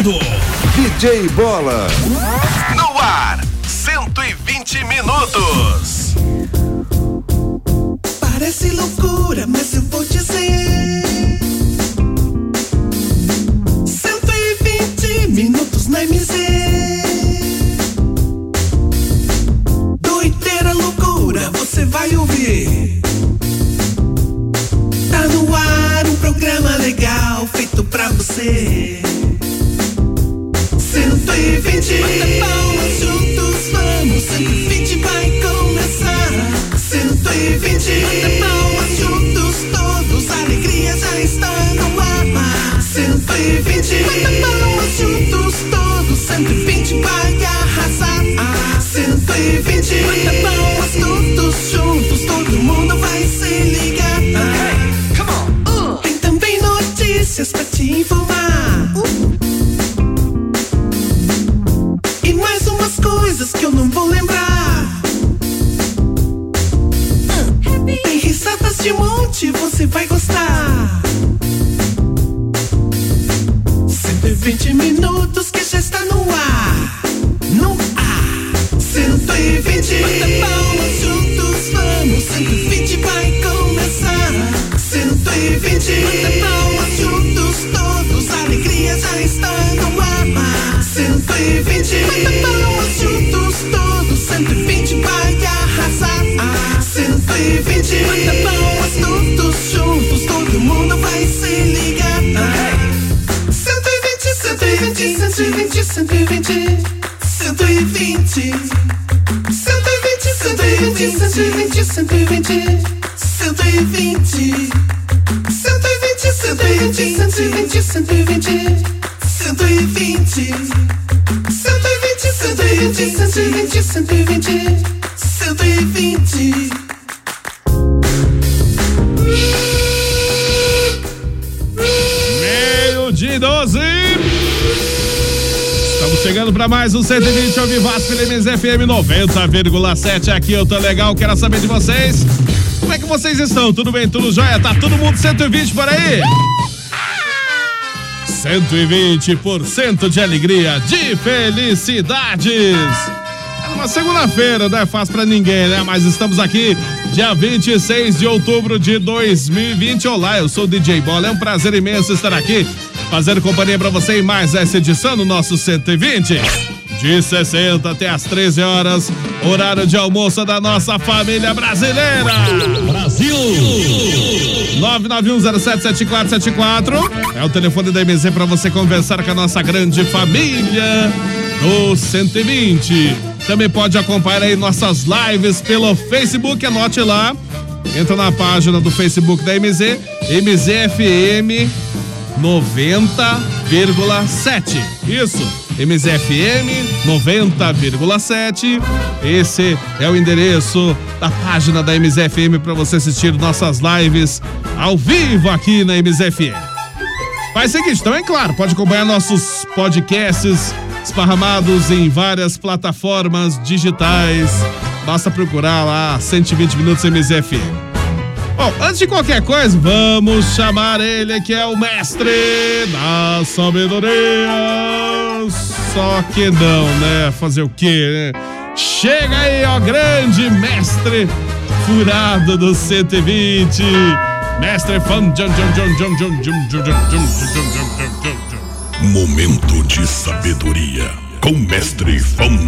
apresentando DJ Bola. No ar, 120 minutos. Parece loucura, mas eu vou dizer: 120 minutos na MZ. Doideira, loucura, você vai ouvir. Tá no ar um programa legal feito pra você. 120, bata palmas juntos, vamos. 120 vai começar. 120, bata palmas juntos todos, a alegria já está no ar. 120, bata palmas juntos todos, 120 vai arrasar. 120, bata palmas todos juntos, todo mundo vai se ligar. Tem também notícias pra te informar. E mais umas coisas que eu não vou lembrar. Tem risadas de monte, você vai gostar. 120 minutos que já está no ar. No ar. 120, bata palmas juntos, vamos. 120 vai começar. 120, bata palmas juntos todos, a alegria já está no ar. 120, bata palmas juntos todos, 120 vai arrasar. 120, bata palmas todos juntos, todo mundo vai se ligar. 120, 120, 120, 120, 120, 120, 120, 120, 120, 120, 120, 120, 120, 120, 120, 120, 120, 120, 120. Meio-dia 12. Estamos chegando para mais um 120 ao Vivaço pela MZFM 90,7. Aqui eu tô legal, quero saber de vocês. Como é que vocês estão? Tudo bem? Tudo jóia? Tá todo mundo 120 por aí? 120% de alegria, de felicidades. É uma segunda-feira, não é fácil pra ninguém, né? Mas estamos aqui, dia 26 de outubro de 2020. Olá, eu sou o DJ Bola, é um prazer imenso estar aqui, fazendo companhia pra você em mais essa edição do nosso 120. De 60 até as 13 horas, horário de almoço da nossa família brasileira. Brasil! 991077474 é o telefone da MZ para você conversar com a nossa grande família do 120. Também pode acompanhar aí nossas lives pelo Facebook, anote lá. Entra na página do Facebook da MZ, MZFM 90,7. Isso. MZFM 90,7. Esse é o endereço da página da MZFM para você assistir nossas lives ao vivo aqui na MZFM. Faz o seguinte, então é claro, pode acompanhar nossos podcasts esparramados em várias plataformas digitais. Basta procurar lá 120 minutos MZFM. Bom, antes de qualquer coisa, vamos chamar ele que é o mestre da sabedoria. Só que não, né? Fazer o quê, né? Chega aí, ó, grande mestre furado do 120. Mestre Fan. Momento de sabedoria com mestre Fan.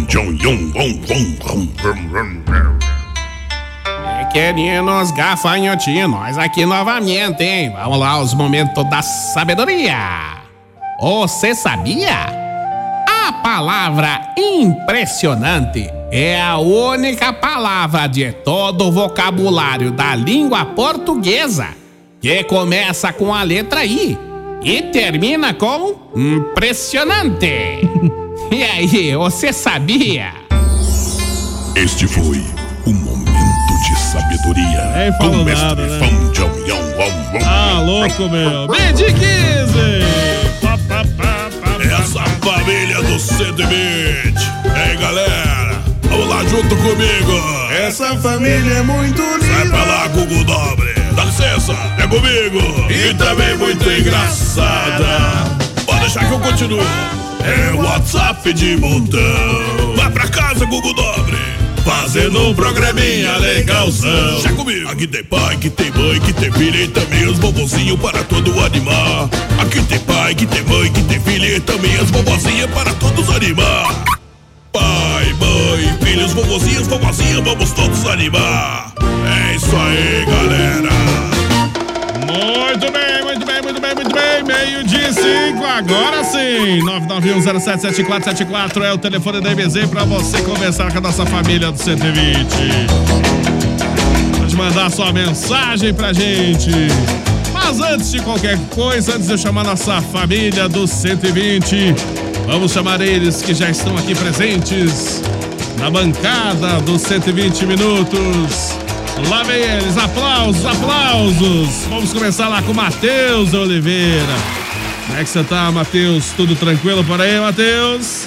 Queridos gafanhotinhos, nós aqui novamente, hein? Vamos lá, os momentos da sabedoria. Você sabia? A palavra impressionante é a única palavra de todo o vocabulário da língua portuguesa que começa com a letra I e termina com impressionante. E aí, você sabia? Este foi o momento de sabedoria. Nem falou nada, né? Ah, louco, meu. Bid 15. Essa família do 120. Ei, galera, vamos lá junto comigo. Essa família é muito linda. Sai pra lá, Google Dobre. Dá licença, é comigo. E também muito engraçada. Pode deixar que eu continuo. É WhatsApp de montão. Vai pra casa, Gugu Dobre, fazendo um programinha legalzão. Já comigo. Aqui tem pai, que tem mãe, que tem filha e também os bobozinhos para todo animar. Aqui tem pai, que tem mãe, que tem filha e também as bobozinhas para todos animar. Pai, mãe, filhos, vovozinhos, vovozinhas, vamos todos animar. É isso aí, galera. Muito bem, muito bem, muito bem, muito bem. 12:05, agora sim. 991077474 é o telefone da MZ pra você conversar com a nossa família do 120. Pode mandar sua mensagem pra gente. Mas antes de qualquer coisa, antes de eu chamar nossa família do 120, vamos chamar eles que já estão aqui presentes na bancada dos 120 minutos. Lá vem eles, aplausos, aplausos. Vamos começar lá com o Matheus Oliveira. Como é que você tá, Matheus? Tudo tranquilo por aí, Matheus?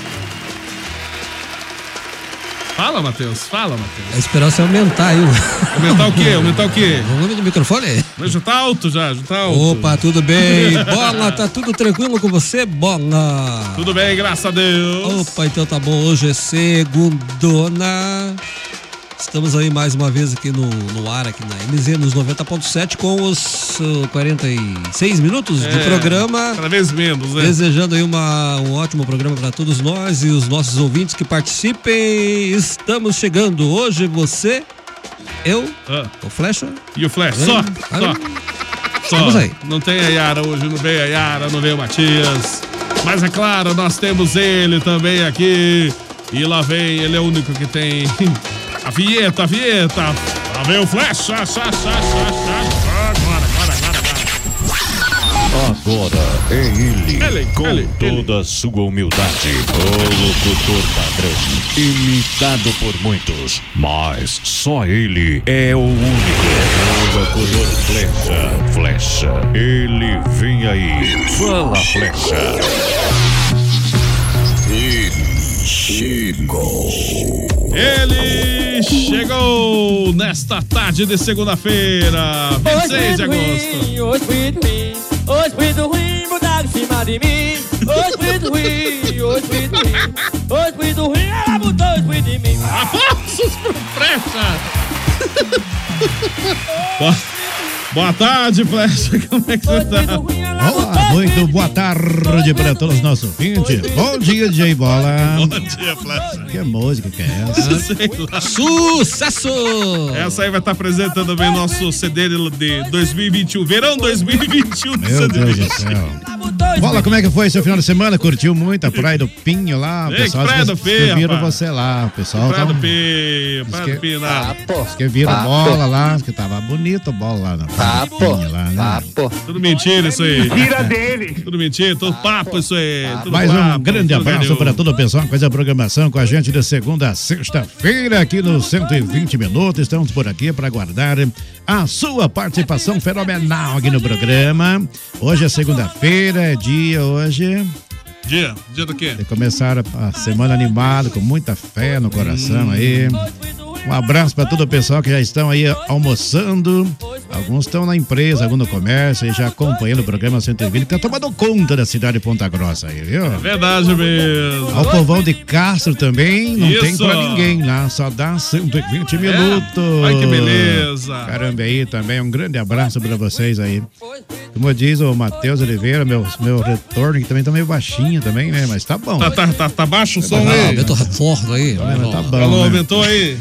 Fala, Matheus, fala, Matheus. É esperar você aumentar aí. Aumentar o quê? Aumentar o quê? O volume do microfone? Já tá alto, já tá alto. Opa, tudo bem? Bola, tá tudo tranquilo com você, Bola? Tudo bem, graças a Deus. Opa, então tá bom. Hoje é segundona. Estamos aí mais uma vez aqui no ar, aqui na MZ, nos 90.7, com os 46 minutos de programa. Cada vez menos, né? Desejando aí um ótimo programa para todos nós e os nossos ouvintes que participem. Estamos chegando hoje, você, eu, o Flecha. E o Flecha, só. Estamos aí. Não tem a Yara hoje, não veio a Yara, não veio o Matias. Mas é claro, nós temos ele também aqui. E lá vem, ele é o único que tem... A vinheta. Lá vem o Flecha. Agora é ele com toda a sua humildade, o locutor padrão, imitado por muitos, mas só ele é o único, o locutor Flecha. Ele vem aí, fala Flecha. Ele chegou nesta tarde de segunda-feira, 26 de agosto. O espírito ruim mudar em cima de mim. O espírito ruim, ela mudou o espírito de mim. Aplausos pro Flecha. Boa tarde, Flecha. Como é que você tá? Olá, muito boa tarde para todos os nossos ouvintes. Bom dia, DJ Bola. Bom dia, Flecha. Que música que é essa? Sei lá. Sucesso! Essa aí vai estar apresentando bem nosso CD de 2021, verão 2021 do Meu Deus do céu. Bola, como é que foi seu final de semana? Curtiu muito a Praia do Pinho lá? O pessoal viram você lá, o pessoal. Praia do Pinho, nada. Que viram bola lá, que tava bonito a bola lá na Praia do Pinho lá, né? Tudo mentira isso aí. Tira dele. Tudo mentira, tudo papo isso aí. Mais um grande abraço para todo o pessoal que faz a programação com a gente de segunda a sexta-feira aqui no 120 minutos. Estamos por aqui para aguardar a sua participação fenomenal aqui no programa. Hoje é segunda-feira, é dia hoje. Dia do quê? De começar a semana animada, com muita fé no coração aí. Um abraço para todo o pessoal que já estão aí almoçando. Alguns estão na empresa, alguns no comércio e já acompanhando o programa 120, que tá tomando conta da cidade de Ponta Grossa aí, viu? É verdade mesmo. Ao povão de Castro também, não Isso. tem pra ninguém lá, só dá 120 minutos. Ai, que beleza. Caramba aí também, um grande abraço pra vocês aí. Como diz o Matheus Oliveira, meu retorno, que também tá meio baixinho também, né? Mas tá bom. Tá baixo o som aí? Aumentou reforço aí. Tá bom, Falou, né? aumentou aí?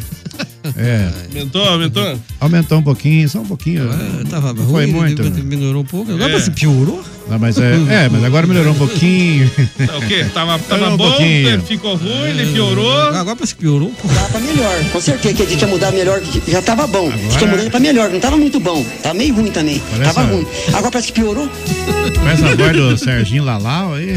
É. Aumentou? Aumentou um pouquinho, só um pouquinho. Tava Não foi ruim, muito. melhorou um pouco. Agora se piorou. Não, mas mas agora melhorou um pouquinho. O quê? Tava Um bom, pouquinho. ficou ruim, ele piorou. Agora parece que piorou. Tava pra melhor, com certeza que a gente ia mudar melhor, que já tava bom. A gente ia mudar pra melhor, não tava muito bom. Tava meio ruim também. Parece Tava ruim. Agora parece que piorou. Parece a voz do Serginho Lalau aí.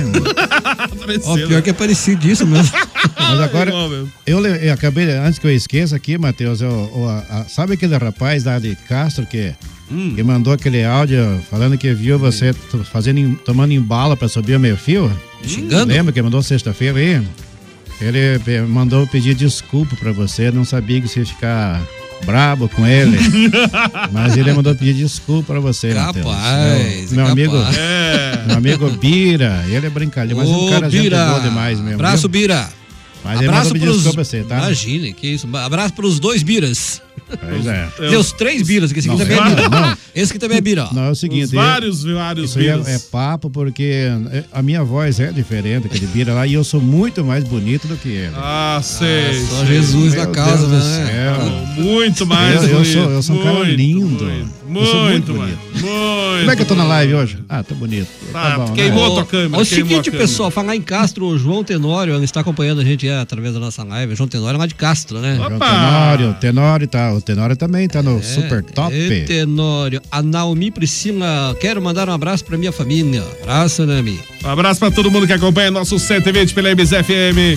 Ó, pior que é parecido isso mesmo. Mas agora, igual mesmo. eu acabei, antes que eu esqueça aqui, Matheus, sabe aquele rapaz lá de Castro que mandou aquele áudio falando que viu você tomando embala pra subir o meio fio? Xingando? Lembra que mandou sexta-feira aí? Ele mandou pedir desculpa pra você, não sabia que você ia ficar brabo com ele. Mas ele mandou pedir desculpa pra você, Matheus. Meu amigo, meu amigo Bira, ele é brincalhão, mas um cara gente boa demais mesmo. Abraço, Bira. Mas ele mandou pedir desculpa pra você, tá? Imagine, que isso. Abraço pros 2 Biras. Pois é. Tem os 3 Biras, que esse aqui também é Bira. Não. Esse aqui também é Bira. Não, é o seguinte. Vários Biras. É papo, porque a minha voz é diferente daquele Bira lá e eu sou muito mais bonito do que ele. Sei. Só Jesus na causa, né? Muito mais bonito. Eu sou um cara lindo. Muito mais. Como é que eu tô na live hoje? Tô bonito. Tá bom, queimou a tua câmera. É o seguinte, pessoal, falar em Castro, o João Tenório, ele está acompanhando a gente através da nossa live. O João Tenório é lá de Castro, né? João Tenório tá. O Tenório também tá no Super Top. Tenório. A Naomi Priscila, quero mandar um abraço pra minha família. Abraço, Naomi. Um abraço pra todo mundo que acompanha nosso 120 pela MZFM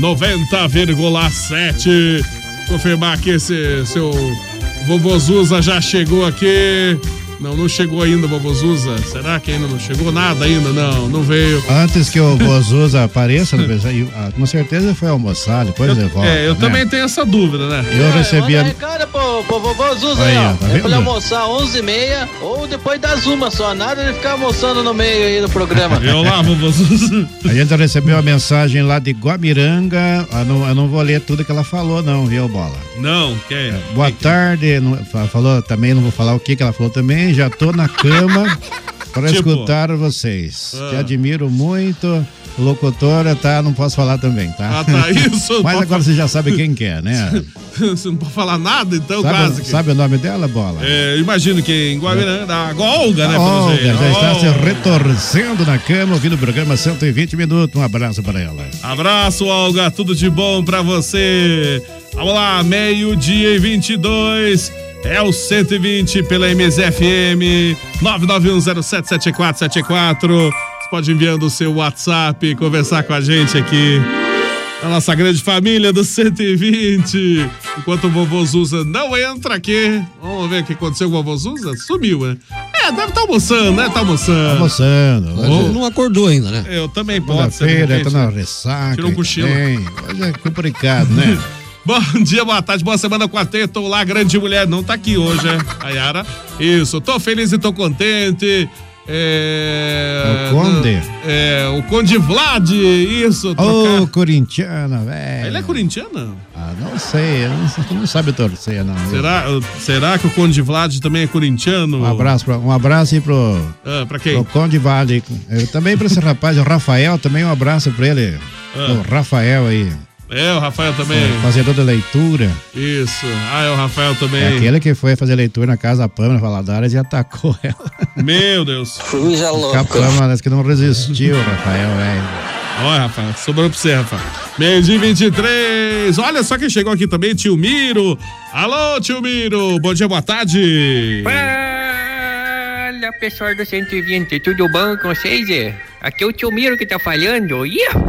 90,7. Confirmar que esse seu vovô Zuza já chegou aqui. Não chegou ainda, vovô Zuza. Será que ainda não chegou? Nada ainda, não veio. Antes que o vovô Zuza apareça, com certeza foi almoçar, depois ele volta. Eu também tenho essa dúvida, né? Eu recebi a... Cara, pro vovô Zuza aí, ó. Tá pra ele almoçar 11h30 ou depois das 1 só. Nada de ficar almoçando no meio aí do programa. Eu lá, vovô Zuza. A gente recebeu uma mensagem lá de Guamiranga. Eu não vou ler tudo que ela falou, não, viu, Bola? Não, quem? Boa tarde. Falou também, não vou falar o que ela falou também. Já tô na cama para escutar vocês. Te admiro muito. Locutora, tá? Não posso falar também, tá? Tá, isso. Mas agora você já sabe quem que é, né? Você não pode falar nada, então, quase. Sabe o nome dela, Bola? Imagino que em Guamiranga, a Olga, né? Olga, já está se retorcendo na cama, ouvindo o programa 120 minutos. Um abraço para ela. Abraço, Olga, tudo de bom pra você. Vamos lá, 12:22. É o 120 pela MZFM 991077474. Você pode enviando o seu WhatsApp, conversar com a gente aqui na nossa grande família do 120. Enquanto o vovô Zuza não entra aqui, vamos ver o que aconteceu com o vovô Zuza. Sumiu, né? Deve estar almoçando, né? Tá almoçando. Não acordou ainda, né? Eu também posso. Feira, tá na ressaca. Tira um cochilo. Hoje é complicado, né? Bom dia, boa tarde, boa semana, quarteto. Olá, grande mulher, não tá aqui hoje, a Yara. Isso, tô feliz e tô contente. O Conde? O Conde Vlad, isso. Corintiano, velho. Ele é corintiano? Não sei, não sabe torcer, não. Será que o Conde Vlad também é corintiano? Um abraço aí pro... pra quem? Pro Conde Vlad. Também pra esse rapaz, o Rafael, também um abraço pra ele. O Rafael aí. O Rafael também. Fazedor da leitura. Isso. O Rafael também. É aquele que foi fazer leitura na casa da Pâmela Valadares e atacou ela. Meu Deus. Coisa louca. A Pâmela que não resistiu, Rafael, velho. Olha, Rafael, sobrou pra você, Rafael. 12:23. Olha só quem chegou aqui também, tio Miro. Alô, tio Miro. Bom dia, boa tarde. Olha, pessoal do 120, tudo bom com vocês? Aqui é o tio Miro que tá falando.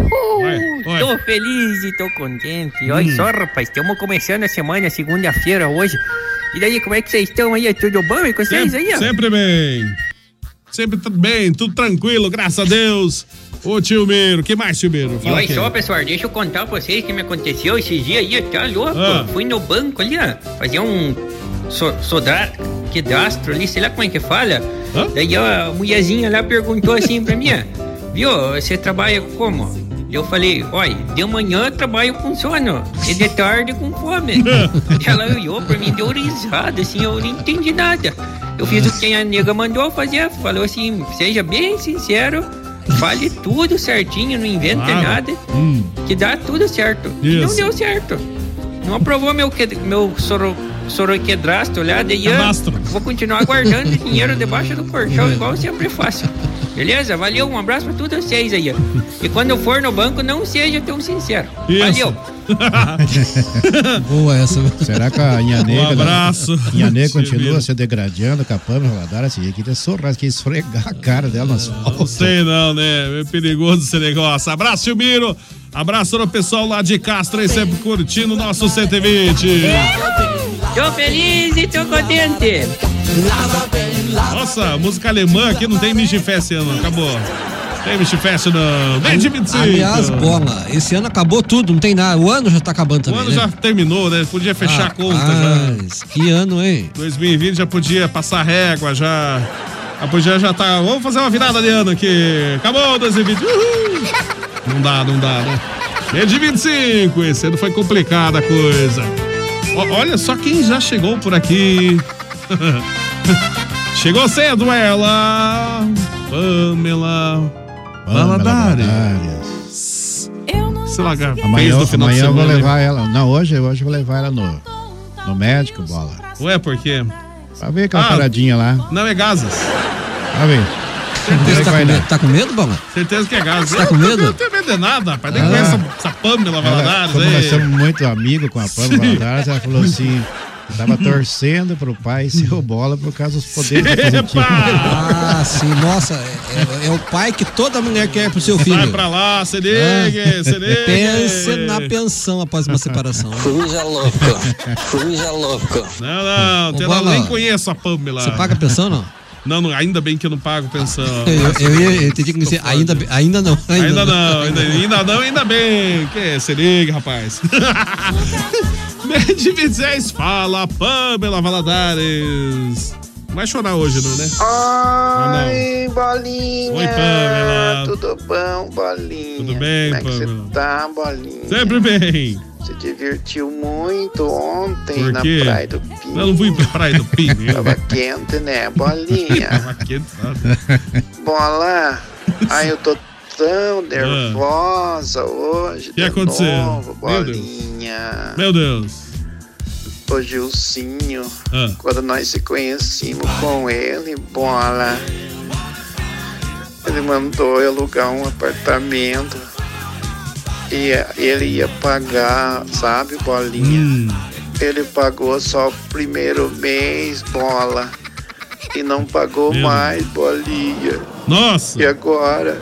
Tô feliz e tô contente. Olha só, rapaz, estamos começando a semana, segunda-feira hoje. E daí, como é que vocês estão aí? Tudo bom com vocês aí? Sempre bem. Sempre bem, tudo tranquilo, graças a Deus. Ô, tio Miro, que mais, tio Miro? E olha só, pessoal, deixa eu contar pra vocês o que me aconteceu esses dias aí, tá louco? Fui no banco ali, fazer um cadastro ali, sei lá como é que fala. Daí a mulherzinha lá perguntou assim pra mim, viu, você trabalha como? Eu falei, olha, de manhã eu trabalho com sono e de tarde com fome. Ela olhou pra mim, deu risada, assim, eu não entendi nada. Eu fiz o que a nega mandou fazer, falou assim, seja bem sincero, fale tudo certinho, não inventa nada, que dá tudo certo. E não deu certo. Não aprovou meu soroquedrasto lá, daí eu vou continuar guardando dinheiro debaixo do colchão, igual eu sempre faço. Beleza? Valeu, um abraço pra todos vocês aí. E quando eu for no banco, não seja tão sincero. Valeu. Boa essa. Será que a Inhanegra... Um abraço. Inhanegra continua se degradando com a Pâmela Valadares, assim, que tem sorrar, que esfregar a cara dela no asfalto. Não sei não, né? É perigoso esse negócio. Abraço, tio Miro. Abraço no pessoal lá de Castro, aí sempre curtindo o nosso 120. Tô feliz e tô contente. Nossa, música alemã aqui não tem Michi Fé esse ano, acabou. Tem Mystery Fest não. Vem de 25. Aliás, Bola, esse ano acabou tudo, não tem nada. O ano já tá acabando também. O ano já terminou, né? Podia fechar a conta já. Que ano, hein? 2020 já podia passar régua, já podia tá. Vamos fazer uma virada de ano aqui. Acabou 2020. Uhul. Não dá, né? Vem de 25. Esse ano foi complicada a coisa. Olha só quem já chegou por aqui. Chegou cedo ela, Pamela Valadares. Sei lá, amanhã eu vou levar ela. Não, hoje eu vou levar ela no médico, Bola. Ué, por quê? Pra ver aquela paradinha lá. Não, é gases. Pra ver. Tá com medo, Bola? Certeza que é gases. Tá com medo? Eu não tenho medo de nada, rapaz. Nem conheço essa Pamela Valadares. Como nós somos muito amigos com a Pamela Valadares, ela falou assim... Tava torcendo pro pai ser o Bola por causa dos poderes positivos. Ah, sim, nossa, é o pai que toda mulher quer pro seu filho. Vai pra lá, se ligue. Pense na pensão após uma separação. Fuja louco. Não, nem conheço a Pamela. Você paga pensão, não? Não, ainda bem que eu não pago pensão. Eu entendi que dizer, ainda não. Ainda bem. Que se liga, rapaz. De 26, fala Pamela Valadares. Não vai chorar hoje, não, né? Oi, Bolinha. Oi, Pamela. Tudo bom, Bolinha? Tudo bem, Pamela? Como é que você tá, Bolinha? Sempre bem. Se divertiu muito ontem na Praia do Pinho. Eu não fui pra Praia do Pinho. Tava quente, né, Bolinha? Tava quente, sabe? Bola, eu tô tão nervosa hoje. O que aconteceu? Novo, Bolinha. Meu Deus. O Gilcinho, quando nós se conhecemos com ele, Bola, ele mandou eu alugar um apartamento e ele ia pagar, sabe, Bolinha? Ele pagou só o primeiro mês, Bola, e não pagou mais, Bolinha. Nossa! E agora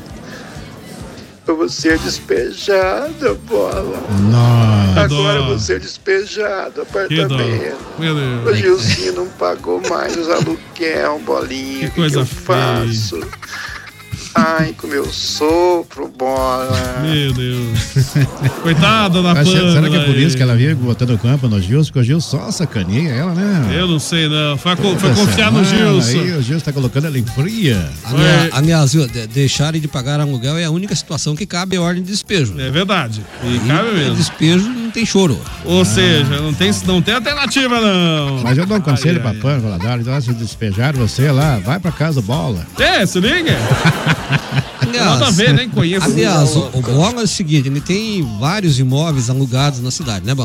eu vou ser despejada, Bola. Nossa. Agora eu vou ser despejado, apartamento. Meu Deus. O Gilcinho não pagou mais os aluguel, Bolinha. Que coisa eu faço? Ai, como eu sofro, Bola. Meu Deus. Coitada da Pamela. Será que é por isso que ela veio botando o campo no Gilson? Porque o Gilson só sacaneia ela, né? Eu não sei, não. Foi confiar no Gilson. Aí o Gilson tá colocando ela em fria. Aliás, deixarem de pagar aluguel é a única situação que cabe a ordem de despejo. É verdade. E cabe mesmo. Despejo não tem choro. Ou seja, não tem alternativa, não. Mas eu dou um conselho pra Pamela Valadares, ela se despejar você lá, vai pra casa do Bola. Se liga. Aliás, nada a ver, nem conheço. Aliás, o Bola é o seguinte, ele tem vários imóveis alugados na cidade, né, Bola?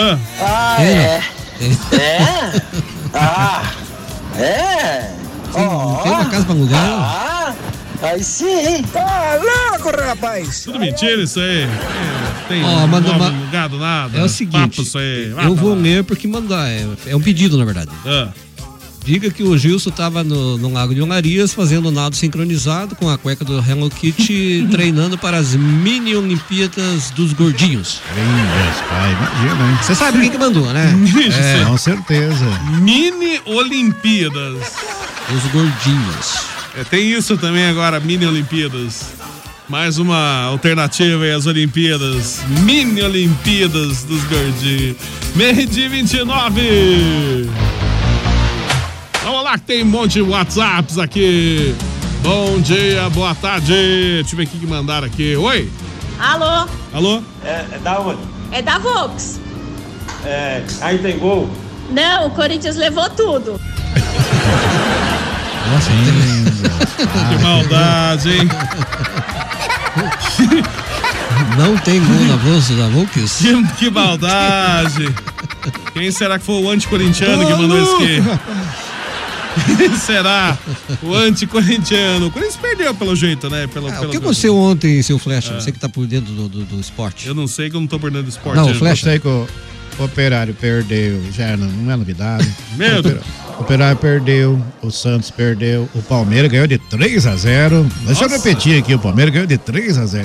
Não tem uma casa pra alugar? Aí sim. Tá louco, rapaz. Tudo mentira isso aí. Tem alugado nada. É o seguinte, isso aí. Eu vou ler porque mandar, é um pedido, na verdade. Diga que o Gilson estava no Lago de Olarias fazendo nado sincronizado com a cueca do Hello Kitty, treinando para as mini Olimpíadas dos Gordinhos. Imagina, hein? Você sabe quem que mandou, né? Com certeza. Mini Olimpíadas. Os Gordinhos. Tem isso também agora, mini Olimpíadas. Mais uma alternativa aí às Olimpíadas. Mini Olimpíadas dos Gordinhos. Meio de 29. Vamos lá que tem um monte de WhatsApps aqui. Bom dia, boa tarde. Deixa eu ver o que mandaram aqui. Oi? Alô? É da onde? É da Volks. Aí tem gol? Não, o Corinthians levou tudo. Nossa, que maldade, hein? Não tem gol na bolsa da Volks? Que maldade. Quem será que foi o anti-corintiano que mandou isso aqui? Quem será o anti-corintiano? O Corinthians perdeu pelo jeito, né? O que aconteceu ontem, seu Flecha? Você que tá por dentro do esporte. Eu não sei, que eu não tô por dentro do esporte. Não, o Flecha. Eu sei que o Operário perdeu, já não é novidade. O Operário perdeu, o Santos perdeu, o Palmeiras ganhou de 3-0. Deixa eu repetir aqui, o Palmeiras ganhou de 3-0.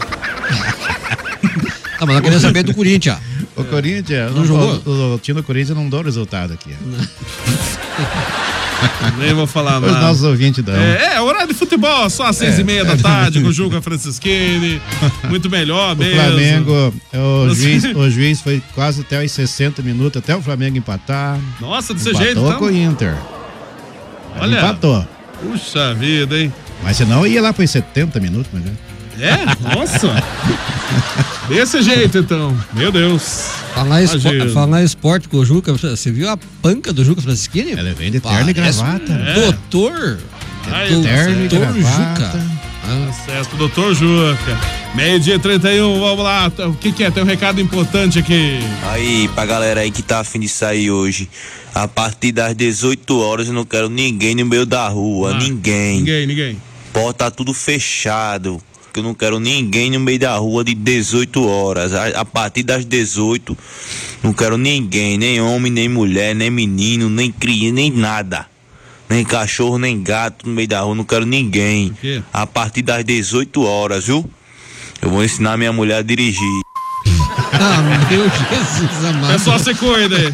Mas nós queremos saber do Corinthians. O Corinthians não jogou? O time do Corinthians não deu resultado aqui. Nem vou falar nada. Os nossos ouvintes dão. Horário de futebol, só às 6h30 da tarde, com o Juca Francisquini. Muito melhor mesmo. O Flamengo, o juiz foi quase até os 60 minutos, até o Flamengo empatar. Nossa, desse jeito, então. Empatou com o Inter. Olha. Empatou. Puxa vida, hein? Mas senão ia lá para os 70 minutos, mas já. Nossa. Desse jeito, então. Meu Deus. Falar esporte com o Juca, você viu a panca do Juca Francisquini? Ela vem de terno e gravata. Doutor. Terno e gravata. Certo, doutor Juca. 12h31, vamos lá. O que é? Tem um recado importante aqui. Aí, pra galera aí que tá a fim de sair hoje. A partir das 18 horas eu não quero ninguém no meio da rua. Ninguém. Pode tá tudo fechado. Que eu não quero ninguém no meio da rua de 18 horas. A partir das 18, não quero ninguém, nem homem, nem mulher, nem menino, nem criança, nem nada. Nem cachorro, nem gato no meio da rua, não quero ninguém. A partir das 18 horas, viu? Eu vou ensinar minha mulher a dirigir. Meu Jesus amado. É só você cuida aí.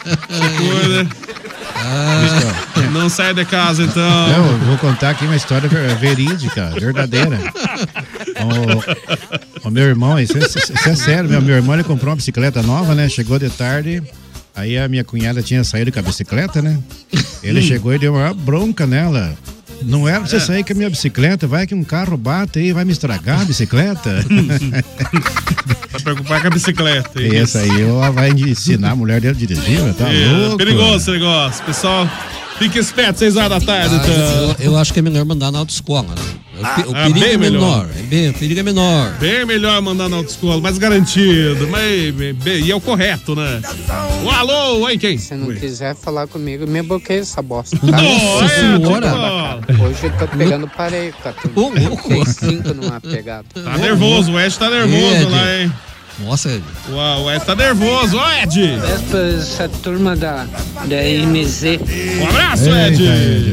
Não sai de casa, então. Eu vou contar aqui uma história verídica, verdadeira. O meu irmão, isso é sério, meu irmão, ele comprou uma bicicleta nova, né? Chegou de tarde, aí a minha cunhada tinha saído com a bicicleta, né? Ele chegou e deu uma bronca nela. Não era pra você sair com a minha bicicleta, vai que um carro bate aí, vai me estragar a bicicleta. Vai preocupar com a bicicleta. Essa aí vai ensinar a mulher dele a dirigir, tá louco? Perigoso esse negócio, pessoal. Fique esperto, 6h da tarde. Então. Eu acho que é melhor mandar na autoescola, né? O perigo é menor. O perigo é menor. Bem melhor mandar na autoescola, mais garantido. E é o correto, né? Alô, oi, quem? Se não quiser falar comigo, me bloqueia essa bosta. Tá? Nossa senhora! Hoje eu tô pegando pareio, cara. Tem 5 numa pegada. Tá nervoso, o Ed tá nervoso lá, hein? Nossa, Ed. O Ed tá nervoso, ó, Ed! Essa turma da MZ. Um abraço, Ed!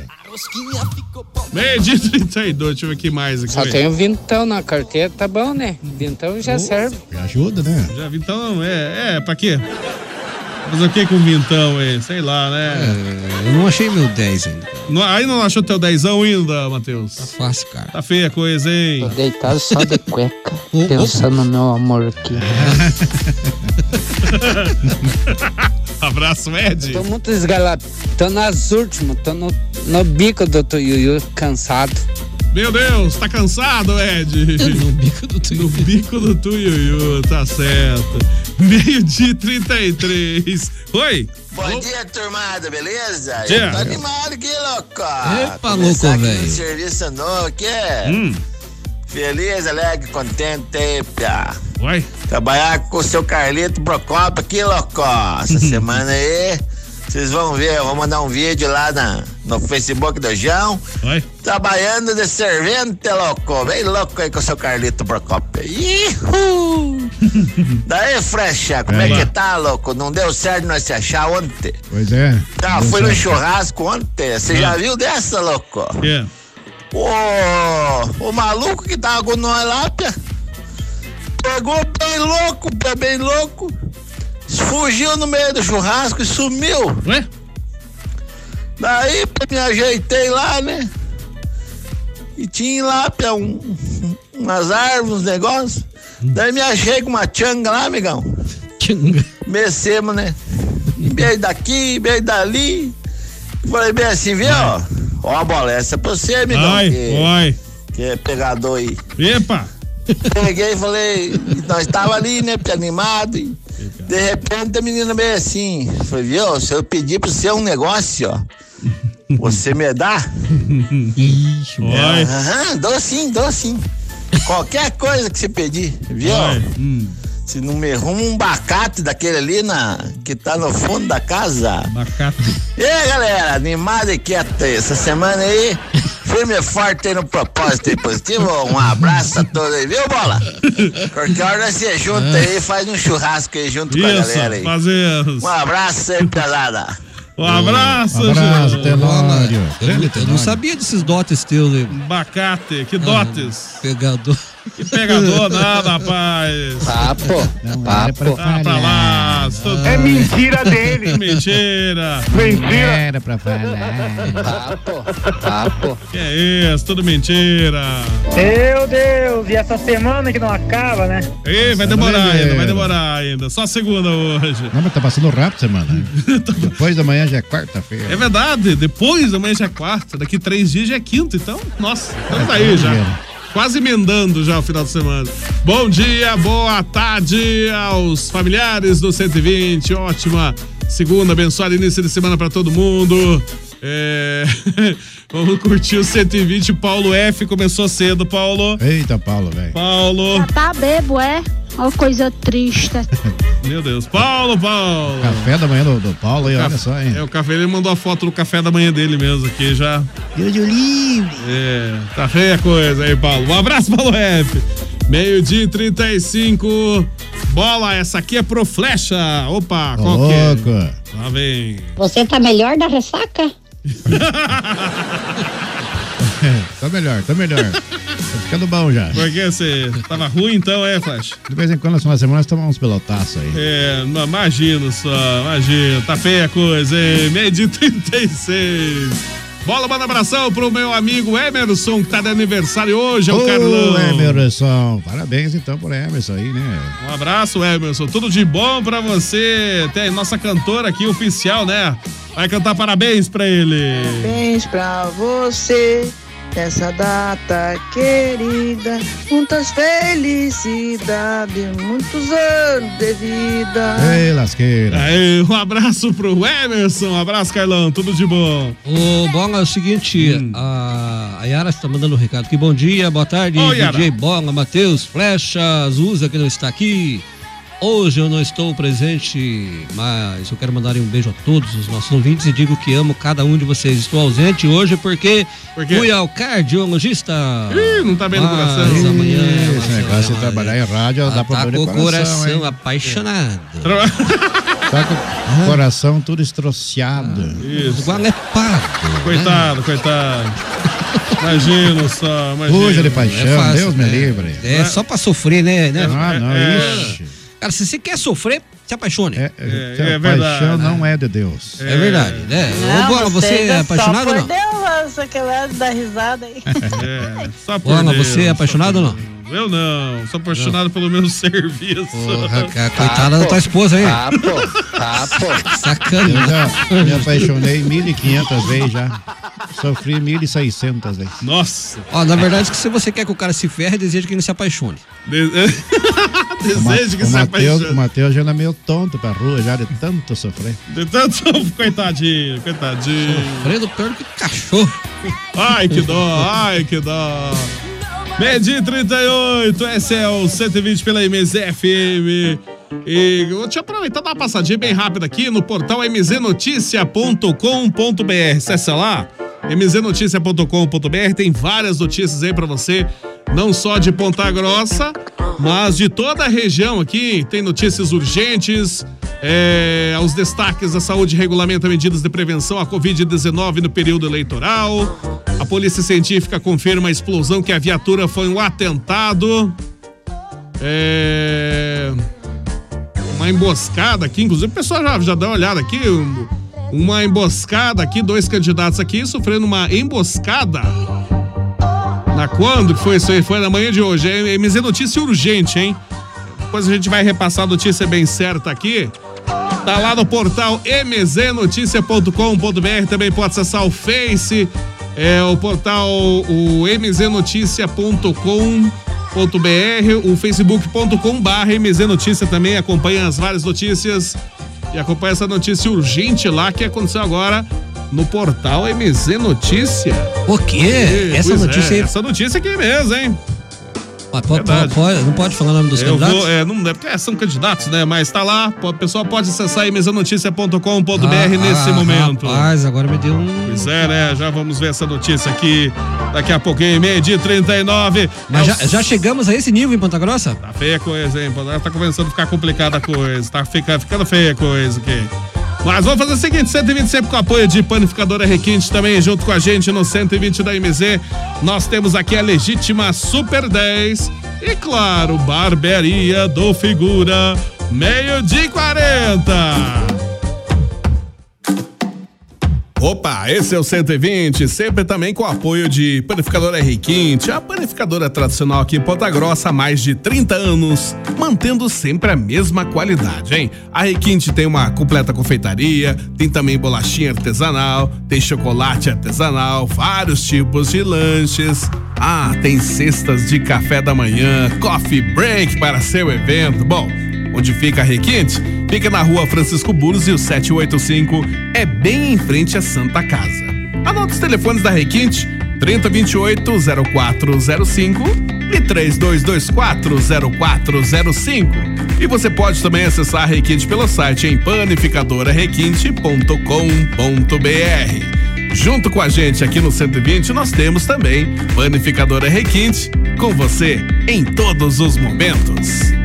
12h32, deixa eu ver aqui mais. Só tem um vintão na carteira, tá bom, né? Vintão já serve. Já ajuda, né? Já vintão, pra quê? Fazer o que com vintão, sei lá, né? Eu não achei meu 10 ainda. Aí não achou teu 10ão ainda, Matheus? Tá fácil, cara. Tá feia a coisa, hein? Tô deitado só de cueca, pensando no meu amor aqui. Abraço, Ed. Tô muito desgalado. Tô nas últimas, tô no bico do Tuiuiu, cansado. Meu Deus, tá cansado, Ed? No bico do Tuiuiu. No bico do Tuiuiu, tá certo. 12h33. Oi. Bom dia, turmada, beleza? Dia. Eu tô animado aqui, louco. Epa, louco, velho. Serviço novo aqui. Feliz, alegre, contente, pia. Oi. Trabalhar com o seu Carlito Procopio aqui, louco. Essa semana aí, vocês vão ver, eu vou mandar um vídeo lá no Facebook do João. Oi. Trabalhando de servente, louco. Bem louco aí com o seu Carlito Procopio. Ihu! Daí, Frecha, como é que tá, louco? Não deu certo nós se achar ontem? Pois é. Fui no churrasco ontem. Você já viu dessa, louco? Yeah. O maluco que tava com nós lá, pegou bem louco, fugiu no meio do churrasco e sumiu. Ué? Daí me ajeitei lá, né? E tinha lá umas árvores, uns negócios. Daí me achei com uma tchanga lá, amigão. Mecemos, né? Bem daqui, bem dali. Falei bem assim, viu? Ó a bola, essa é pra você, amigão. Que é pegador aí. Epa! Peguei e falei, nós tava ali, né, animado. E de repente a menina meio assim. Falei, viu? Se eu pedir pra você um negócio, ó, você me dá? Ixi, dou sim. Qualquer coisa que você pedir, viu? Se não me arruma um abacate daquele ali que tá no fundo da casa. Abacate. E aí, galera, animado e quieto aí. Essa semana aí, firme e forte aí no propósito aí positivo. Um abraço a todos aí, viu, Bola? Qualquer hora você junta aí, faz um churrasco aí junto com a galera aí. Fazemos. Um abraço aí, pesada. Um abraço, Telório. Eu não sabia desses dotes teus aí. Abacate, que dotes. Pegador. Que pegador nada, rapaz. Papo. Pra lá. É mentira dele. Mentira. Era pra falar. Papo. Que é isso? Tudo mentira. Meu Deus, e essa semana que não acaba, né? Ei, vai demorar ainda. Só segunda hoje. Não, mas tá passando rápido semana. Depois da manhã já é quarta-feira. É verdade, depois da manhã já é quarta. Daqui 3 dias já é quinta, então, nossa, estamos aí já. Quase emendando já o final de semana. Bom dia, boa tarde aos familiares do 120. Ótima segunda, abençoado início de semana pra todo mundo. Vamos curtir o 120. Paulo F. começou cedo, Paulo. Eita, Paulo, velho. Paulo. Já tá bebo, é? Ó, coisa triste. Meu Deus. Paulo. Café da manhã do Paulo aí, olha só, hein? O café, ele mandou a foto do café da manhã dele mesmo aqui já. Deus livre. Tá feia a coisa aí, Paulo. Um abraço, Paulo F. 12:35. Bola, essa aqui é pro Flecha. Opa, qual que é? Lá vem. Você tá melhor da ressaca? Tá melhor. Tá ficando bom já. Porque você tava ruim então, Flash? De vez em quando, na semana, nós tomamos uns pelotaços aí. Imagino. Tá feia a coisa, hein? 12:36. Bola, manda abração pro meu amigo Emerson, que tá de aniversário hoje, é o Carlão. Emerson, parabéns então por Emerson aí, né? Um abraço, Emerson, tudo de bom pra você. Tem nossa cantora aqui, oficial, né? Vai cantar parabéns pra ele. Parabéns pra você, nessa data querida, muitas felicidades, muitos anos de vida. Ei, lasqueira. Aí, um abraço pro Emerson, um abraço, Carlão, tudo de bom. O Bola é o seguinte, a Yara está mandando um recado aqui, bom dia, boa tarde, DJ Bola, Matheus, Flecha, Zuza que não está aqui. Hoje eu não estou presente, mas eu quero mandar um beijo a todos os nossos ouvintes e digo que amo cada um de vocês. Estou ausente hoje porque fui ao cardiologista. Não tá bem no coração. Amanhã. Esse negócio de trabalhar em rádio dá problema com de coração, hein? apaixonado. Tá com o coração tudo estroceado. Isso. Igual lepado. Coitado. Imagina só. Fuja de paixão, Deus me livre. É só pra sofrer, né? Ixi. Cara, se você quer sofrer, se apaixone. Paixão não é de Deus. É verdade, né? Não, Bola, você é apaixonado ou não? Deus, aquela da risada aí. Só por Bola, Deus. você é apaixonado ou não? Eu não, sou apaixonado pelo meu serviço. Porra, coitada da tua esposa, hein? Sacana. Eu me apaixonei 1.500 vezes já. Sofri 1.600 vezes. Nossa. Ó, na verdade, que se você quer que o cara se ferre, deseja que ele se apaixone. Deseja que se apaixone. O Matheus já anda meio tonto pra rua, já de tanto sofrer. Coitadinho. Sofrendo pior do que cachorro. Ai, que dó. 12:38, esse é o 120 pela MZFM. E vou te aproveitar e dar uma passadinha bem rápida aqui no portal mznoticia.com.br. Acesse lá, mznoticia.com.br, tem várias notícias aí pra você, não só de Ponta Grossa, mas de toda a região aqui. Tem notícias urgentes, os destaques da saúde regulamenta medidas de prevenção à Covid-19 no período eleitoral. A polícia científica confirma a explosão que a viatura foi um atentado. Uma emboscada aqui, inclusive o pessoal já dá uma olhada aqui, uma emboscada aqui, 2 candidatos aqui sofrendo uma emboscada. Na quando que foi isso aí? Foi na manhã de hoje, é MZ Notícia urgente, hein? Depois a gente vai repassar a notícia bem certa aqui. Tá lá no portal mznoticia.com.br, também pode acessar o Face, o portal o mznoticia.com.br, o facebook.com/mznoticia também, acompanha as várias notícias e acompanha essa notícia urgente lá que aconteceu agora no portal MZ Notícia. O quê? Essa notícia aí? Essa notícia aqui mesmo, hein? Não pode falar o nome dos candidatos? Não é porque são candidatos, né? Mas tá lá, o pessoal pode acessar mznoticia.com.br nesse momento. Rapaz, agora me deu um... Pois é, né? Já vamos ver essa notícia aqui daqui a pouquinho, 12:39. Mas já chegamos a esse nível em Ponta Grossa? Tá feia a coisa, hein? Tá começando a ficar complicada a coisa, tá ficando feia a coisa aqui. Mas vamos fazer o seguinte, 120 sempre com apoio de Panificadora Requinte também, junto com a gente no 120 da MZ. Nós temos aqui a legítima Super 10. E claro, Barbearia do Figura, 12:40. Opa, esse é o 120, sempre também com o apoio de Panificadora R15, a panificadora tradicional aqui em Ponta Grossa há mais de 30 anos, mantendo sempre a mesma qualidade, hein? A R15 tem uma completa confeitaria, tem também bolachinha artesanal, tem chocolate artesanal, vários tipos de lanches. Ah, tem cestas de café da manhã, coffee break para seu evento. Bom, onde fica a Requinte? Fica na rua Francisco Burzi, 785, é bem em frente à Santa Casa. Anota os telefones da Requinte, 3028-0405 e 3224-0405. E você pode também acessar a Requinte pelo site em panificadorarequinte.com.br. Junto com a gente aqui no 120, nós temos também Panificadora Requinte, com você em todos os momentos.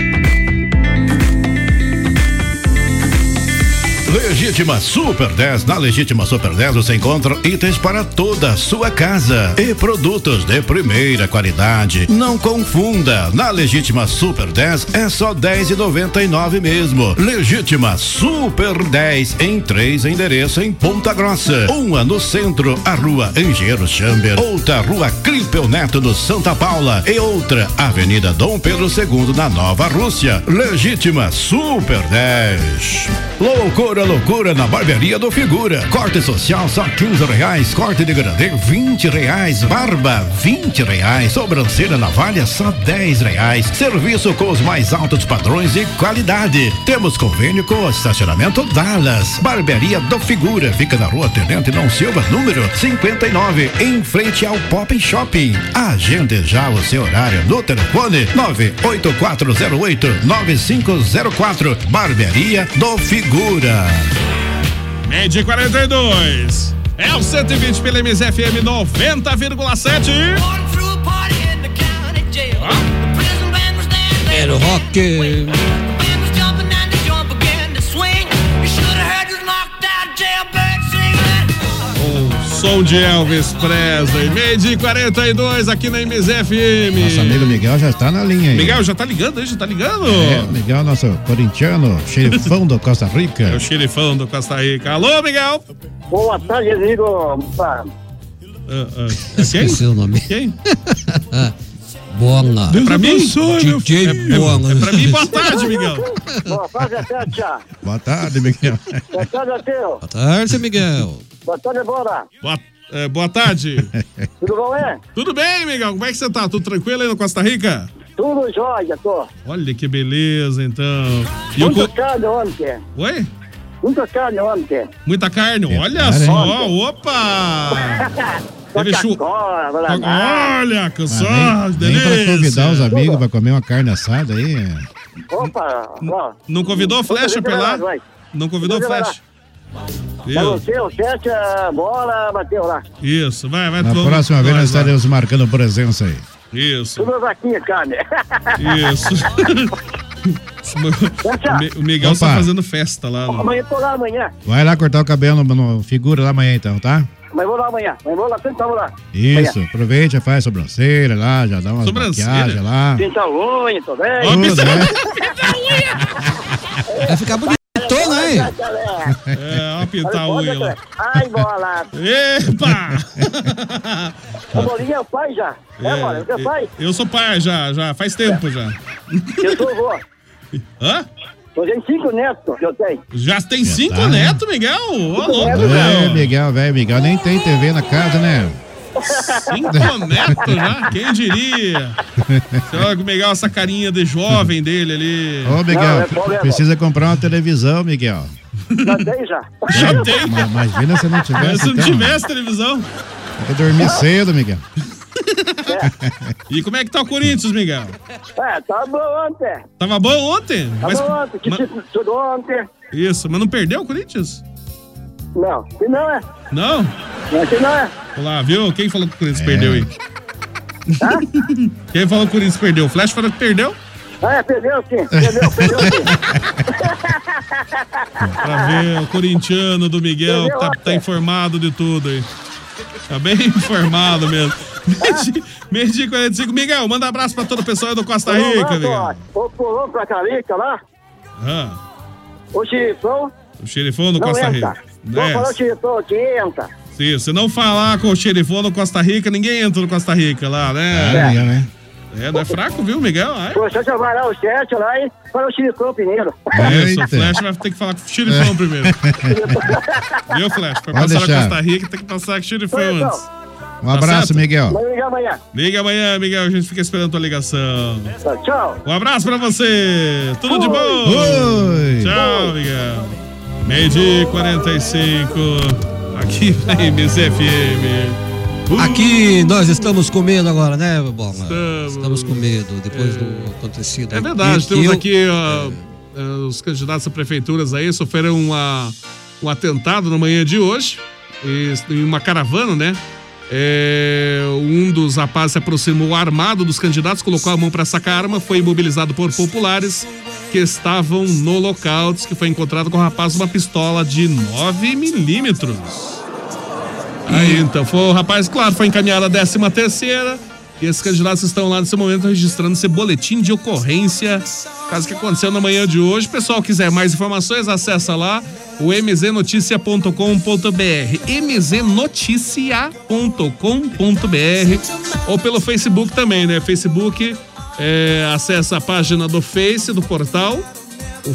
Legítima Super 10. Na Legítima Super 10 você encontra itens para toda a sua casa e produtos de primeira qualidade. Não confunda, na Legítima Super 10 é só R$10,99 mesmo. Legítima Super 10 em 3 endereços em Ponta Grossa. Uma no centro, a Rua Engenheiro Chamber, outra Rua Clipeu Neto no Santa Paula e outra Avenida Dom Pedro II na Nova Rússia. Legítima Super 10. Loucura na Barbearia do Figura. Corte social só R$15, corte de grande R$20, barba R$20, sobrancelha navalha só R$10. Serviço com os mais altos padrões e qualidade. Temos convênio com o estacionamento Dallas. Barbearia do Figura fica na Rua Tenente Dom Silva, número 59, em frente ao Pop Shopping. Agende já o seu horário no telefone 98408-9504. Barbearia do Figura. 12:42. É o 120 pela MZFM 90,7. Era o rock. Som de Elvis Presley, 12:42 aqui na MZFM. Nosso amigo Miguel já está na linha aí. Miguel já tá ligando aí, já tá ligando? É, Miguel, nosso corintiano, xerifão do Costa Rica. É o xerifão do Costa Rica. Alô, Miguel. Boa tarde, amigo. Esqueci o nome. Quem? Bola. É pra mim? DJ Bola. É pra mim, boa tarde, Miguel. Boa tarde, até, tia. Boa tarde, Miguel. Boa tarde, Ateu. Boa tarde, Miguel. Boa tarde, Bora. Boa tarde. Tudo bom, é? Tudo bem, Miguel? Como é que você tá? Tudo tranquilo aí no Costa Rica? Tudo jóia, tô. Olha que beleza, então. Muita carne ontem. Oi? Muita carne ontem. Muita carne? Olha cara, só, opa! Teve Olha, que só, delícia. Nem pra convidar os amigos pra comer uma carne assada aí. Opa, ó. Não convidou o Flecha pra lá? Não convidou o Flecha? Você, o Flecha, Bola, bateu lá. Isso, vai. Na próxima vez nós estaremos marcando presença aí. Isso. Tudo vaquinha, carne. Isso. O Miguel está fazendo festa lá. Amanhã tô lá amanhã. Vai lá cortar o cabelo no Figura lá amanhã então, tá? Mas vou lá amanhã. Mas vou lá, sempre lá. Isso, amanhã. Aproveita, faz sobrancelha lá, já dá uma maquiagem lá. Pinta a unha, tô vendo. Tudo, né? Vai ficar bonitão, né? Ó, pintar a unha lá. Ai, Bola. Epa! O Bolinha é o pai já? Bola? Você é pai? Eu sou pai já faz tempo já. Eu sou avô. Hã? Eu tenho 5 netos que eu tenho. Já tem 5 netos, Miguel? Ô, louco, Miguel, velho, Miguel nem tem TV na casa, né? 5 netos já? Quem diria? Olha o Miguel, essa carinha de jovem dele ali. Ô, Miguel, precisa comprar uma televisão, Miguel. Já tem, já. Já tem? Imagina se não tivesse. Mas se não tivesse televisão. Tem que dormir cedo, Miguel. E como é que tá o Corinthians, Miguel? Tava bom ontem. Tava bom ontem? Tava bom ontem, tudo ontem. Isso, mas não perdeu o Corinthians? Não, que não é. Não? Que não é. Olha lá, viu? Quem falou que o Corinthians perdeu aí? Quem falou que o Corinthians perdeu? O Flash falou que perdeu? Perdeu sim. Perdeu sim. Pra ver, o corintiano do Miguel tá informado de tudo aí. Tá bem informado mesmo. Meio-dia e 45. Miguel, manda um abraço pra todo o pessoal aí do Costa Rica, Miguel. Ô, pulou pra Carica lá. O xerifão. O xerifão do Costa Rica. Vamos falar o xerifão que entra. Se não falar com o xerifão do Costa Rica, ninguém entra no Costa Rica lá, né? Não é fraco, viu, Miguel? Poxa, você vai lá o chat lá e fala o xerifão primeiro. Isso, o Flash vai ter que falar com o xerifão primeiro. Viu, Flash? Pra passar na Costa Rica, tem que passar com o xerifão antes. Um abraço, Miguel. Liga amanhã. Liga amanhã, Miguel. A gente fica esperando a tua ligação. Tchau. Um abraço pra você. Tudo de bom. Oi. Tchau, Miguel. 12h45. Aqui na MZFM. Aqui nós estamos com medo agora, né, Bola? Estamos com medo depois do acontecido. É verdade. Temos aqui os candidatos a prefeituras aí sofreram um atentado na manhã de hoje. Em uma caravana, né? Um dos rapazes se aproximou armado dos candidatos, colocou a mão para sacar a arma, foi imobilizado por populares que estavam no local. Diz que foi encontrado com o rapaz uma pistola de 9mm. Aí então, o rapaz, claro, foi encaminhado à 13ª. E esses candidatos estão lá nesse momento registrando esse boletim de ocorrência, caso que aconteceu na manhã de hoje. Pessoal, quiser mais informações, acessa lá o mznoticia.com.br, mznoticia.com.br, ou pelo Facebook também, né? Facebook, acessa a página do Face, do portal, o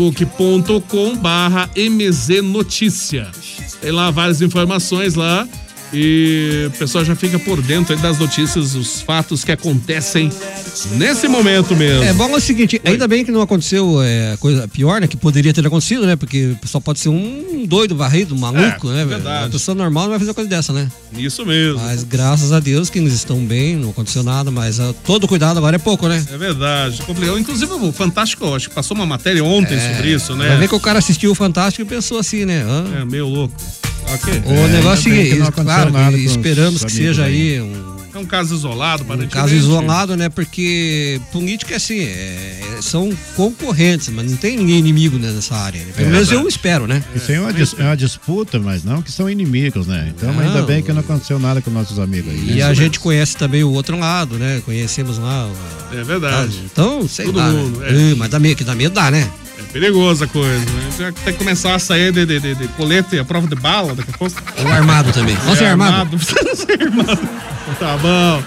facebook.com/mznoticia. Tem lá várias informações lá. E o pessoal já fica por dentro aí das notícias, os fatos que acontecem nesse momento mesmo. Bom, é o seguinte, ainda bem que não aconteceu coisa pior, né? Que poderia ter acontecido, né? Porque o pessoal pode ser um doido, varrido, maluco, né? Verdade. Uma pessoa normal não vai fazer coisa dessa, né? Isso mesmo. Mas graças a Deus que eles estão bem, não aconteceu nada, mas todo cuidado agora é pouco, né? É verdade, complicado. Inclusive o Fantástico, acho que passou uma matéria ontem sobre isso, né? Vai ver que o cara assistiu o Fantástico e pensou assim, né? Meio louco. Okay. O negócio é isso, claro, esperamos que seja aí um caso isolado, um caso isolado, né? Porque política é assim, são concorrentes, mas não tem ninguém inimigo nessa área. Né? Pelo menos eu espero, né? Isso é uma disputa, mas não que são inimigos, né? Então ainda bem que não aconteceu nada com nossos amigos aí. E a gente conhece também o outro lado, né? Conhecemos lá. É verdade. Então, sei lá. Né? Mas dá medo dá, né? Perigosa a coisa, né? Tem que começar a sair de colete, a prova de bala daqui a pouco. Ou armado também. Você é armado? Você é armado. Tá bom.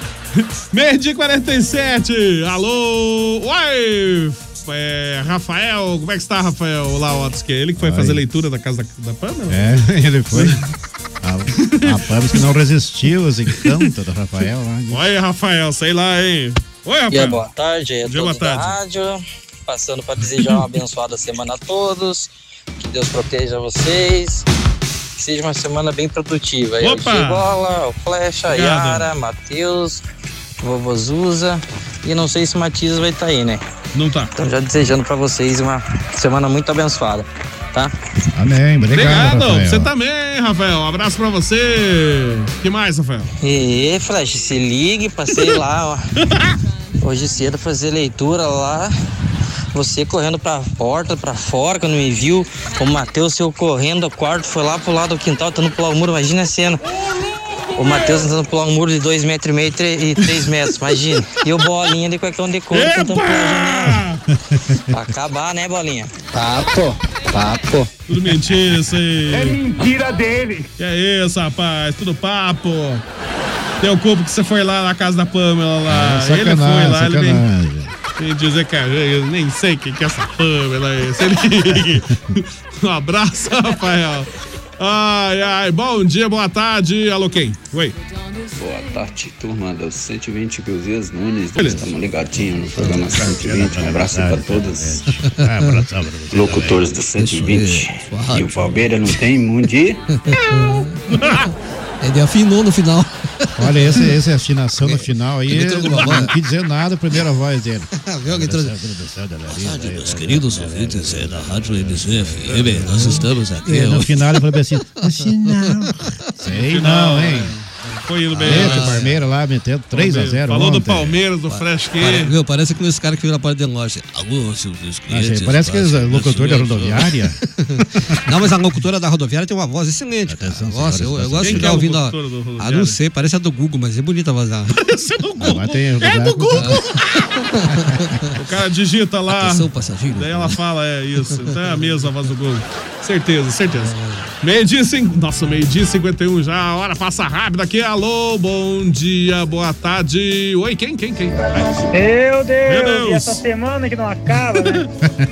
12h47. Alô? Oi! Rafael, como é que está, Rafael? Lá, que ele que foi fazer leitura da casa da Pamela? Ele foi. A Pamela que não resistiu aos encantos do Rafael. Oi, Rafael, sei lá, hein? Oi, Rafael. Boa tarde, todos da rádio. Passando para desejar uma abençoada semana a todos, que Deus proteja vocês, que seja uma semana bem produtiva. Aí o Gibola, o Flecha, a Yara, Matheus, Vovô Zuza, e não sei se o Matias vai estar aí, né? Não tá. Então já desejando para vocês uma semana muito abençoada, tá? Amém, obrigado, Rafael. Você também, Rafael, um abraço pra você. Que mais, Rafael? E Flecha, se ligue, passei lá, ó, hoje cedo fazer leitura lá. Você correndo pra porta, pra fora, quando me viu, o Matheus saiu correndo do quarto, foi lá pro lado do quintal, tentando pular o muro, imagina a cena. O Matheus tentando pular um muro de 2,5 metros e 3 metros, imagina. E o Bolinha de qualquer de cor tentando pular a janela. Pra acabar, né, Bolinha? Papo. Tudo mentira isso aí. É mentira dele. Que é isso, rapaz, tudo papo. Deu culpa que você foi lá na casa da Pamela lá. Ele foi lá, ele vem dizer que eu nem sei quem que é essa Pamela aí. Um abraço, Rafael. Ai, bom dia, boa tarde. Alô, quem? Oi. Boa tarde, turma dos 120 Cruzeiros Nunes. Estamos ligadinhos no programa 120. Um abraço para todos. Locutores do 120. E o Palmeira não tem mundi. Ele afinou no final. Olha, essa afinação no final aí, não quis dizer nada, a primeira voz dele. Meus queridos ouvintes da Rádio MZFM, nós estamos aqui. No final ele falou assim, sei não, hein? foi indo bem. O Palmeiras lá metendo 3-0. Falou ontem. do Palmeiras, do Fresque. Parece aqueles caras que viram a parte de loja. Alô, seus clientes. Parece que é locutor da rodoviária. Não, mas a locutora da rodoviária tem uma voz excelente, cara. Nossa, eu gosto de ficar ouvindo a. Não sei, parece a do Google, mas é bonita a voz dela. Parece a do Google. É do Google. O cara digita lá. Atenção, passageiro. Daí ela fala, isso. Então é a mesma voz do Google. Certeza. Meio-dia 51 já. A hora passa rápido aqui. Alô, bom dia, boa tarde. Oi, quem? Meu Deus. E essa semana que não acaba, né?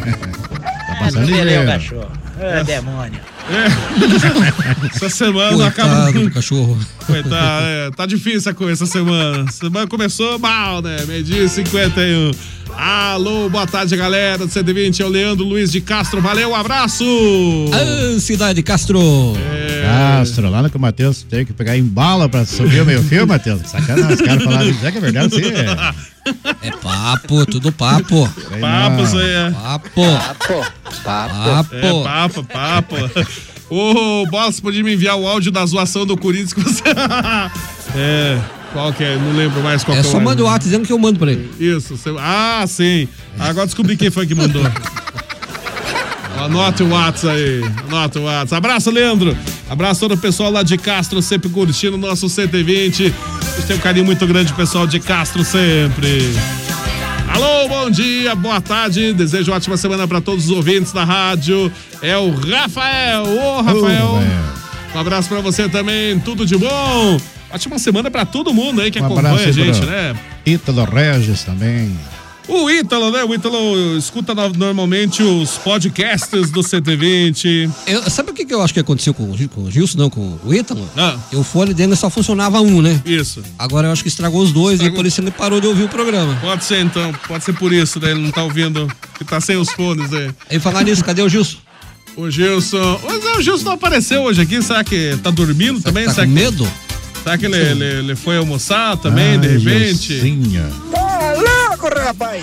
Não o cachorro. Demônio. Essa semana não acaba. Do cachorro. Coitado, tá difícil a coisa essa semana. A semana começou mal, né? Meio-dia 51. Alô, boa tarde, galera do 120. É o Leandro Luiz de Castro. Valeu, um abraço. Cidade de Castro. Castro, lá no que o Matheus tem que pegar em bala pra subir o meio fio, Matheus. Sacanagem, os caras falaram, já que é verdade, sim. É papo, tudo papo. Papo, isso aí é. Papo. Ô, Bola, você podia me enviar o áudio da zoação do Corinthians que você... Qual que é? Não lembro mais qual que é. Só manda o WhatsApp dizendo que eu mando pra ele. Isso. Sim. Agora descobri quem foi que mandou. Anota o WhatsApp aí. Abraço, Leandro. Abraço todo o pessoal lá de Castro, sempre curtindo o nosso 120. A gente tem um carinho muito grande, pessoal de Castro, sempre. Alô, bom dia, boa tarde. Desejo uma ótima semana para todos os ouvintes da rádio. É o Rafael. Ô, Rafael. Um abraço para você também. Tudo de bom. Ótima semana pra todo mundo aí que acompanha a gente, né? Ítalo Regis também. O Ítalo, né? O Ítalo escuta normalmente os podcasts do 120. Sabe o que eu acho que aconteceu com o Gilson, não, com o Ítalo? O fone dele só funcionava um, né? Isso. Agora eu acho que estragou os dois e por isso ele parou de ouvir o programa. Pode ser então, pode ser por isso, né? Ele não tá ouvindo, que tá sem os fones aí. E falar nisso, cadê o Gilson? O Gilson não apareceu hoje aqui, será que tá dormindo também? Tá com medo? Será que ele foi almoçar também, de repente? Tá louco, rapaz!